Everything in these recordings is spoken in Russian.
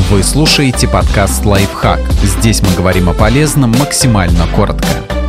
Вы слушаете подкаст «Лайфхак». Здесь мы говорим о полезном максимально коротко.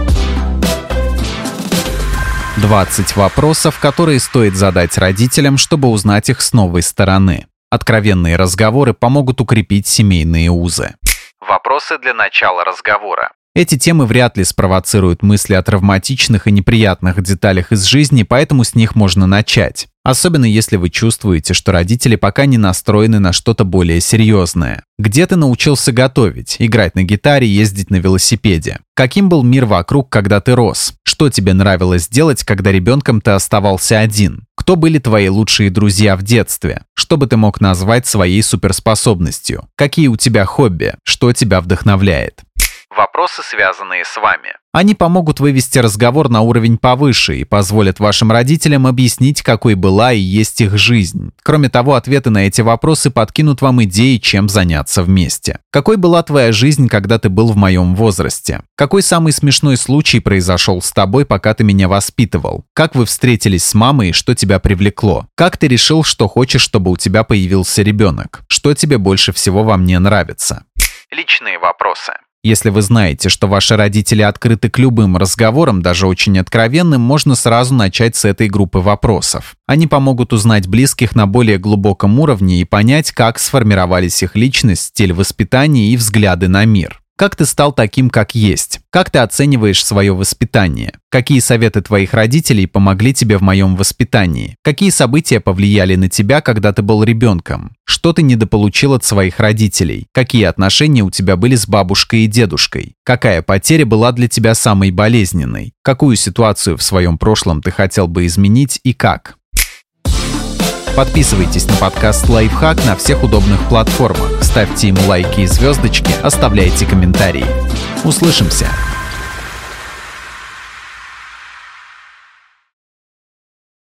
20 вопросов, которые стоит задать родителям, чтобы узнать их с новой стороны. Откровенные разговоры помогут укрепить семейные узы. Вопросы для начала разговора. Эти темы вряд ли спровоцируют мысли о травматичных и неприятных деталях из жизни, поэтому с них можно начать. Особенно если вы чувствуете, что родители пока не настроены на что-то более серьезное. Где ты научился готовить, играть на гитаре, ездить на велосипеде? Каким был мир вокруг, когда ты рос? Что тебе нравилось делать, когда ребенком ты оставался один? Кто были твои лучшие друзья в детстве? Что бы ты мог назвать своей суперспособностью? Какие у тебя хобби? Что тебя вдохновляет? Вопросы, связанные с вами. Они помогут вывести разговор на уровень повыше и позволят вашим родителям объяснить, какой была и есть их жизнь. Кроме того, ответы на эти вопросы подкинут вам идеи, чем заняться вместе. Какой была твоя жизнь, когда ты был в моем возрасте? Какой самый смешной случай произошел с тобой, пока ты меня воспитывал? Как вы встретились с мамой и что тебя привлекло? Как ты решил, что хочешь, чтобы у тебя появился ребенок? Что тебе больше всего во мне нравится? Личные вопросы. Если вы знаете, что ваши родители открыты к любым разговорам, даже очень откровенным, можно сразу начать с этой группы вопросов. Они помогут узнать близких на более глубоком уровне и понять, как сформировались их личность, стиль воспитания и взгляды на мир. Как ты стал таким, как есть? Как ты оцениваешь свое воспитание? Какие советы твоих родителей помогли тебе в моем воспитании? Какие события повлияли на тебя, когда ты был ребенком? Что ты недополучил от своих родителей? Какие отношения у тебя были с бабушкой и дедушкой? Какая потеря была для тебя самой болезненной? Какую ситуацию в своем прошлом ты хотел бы изменить и как? Подписывайтесь на подкаст «Лайфхак» на всех удобных платформах, ставьте ему лайки и звездочки, оставляйте комментарии. Услышимся!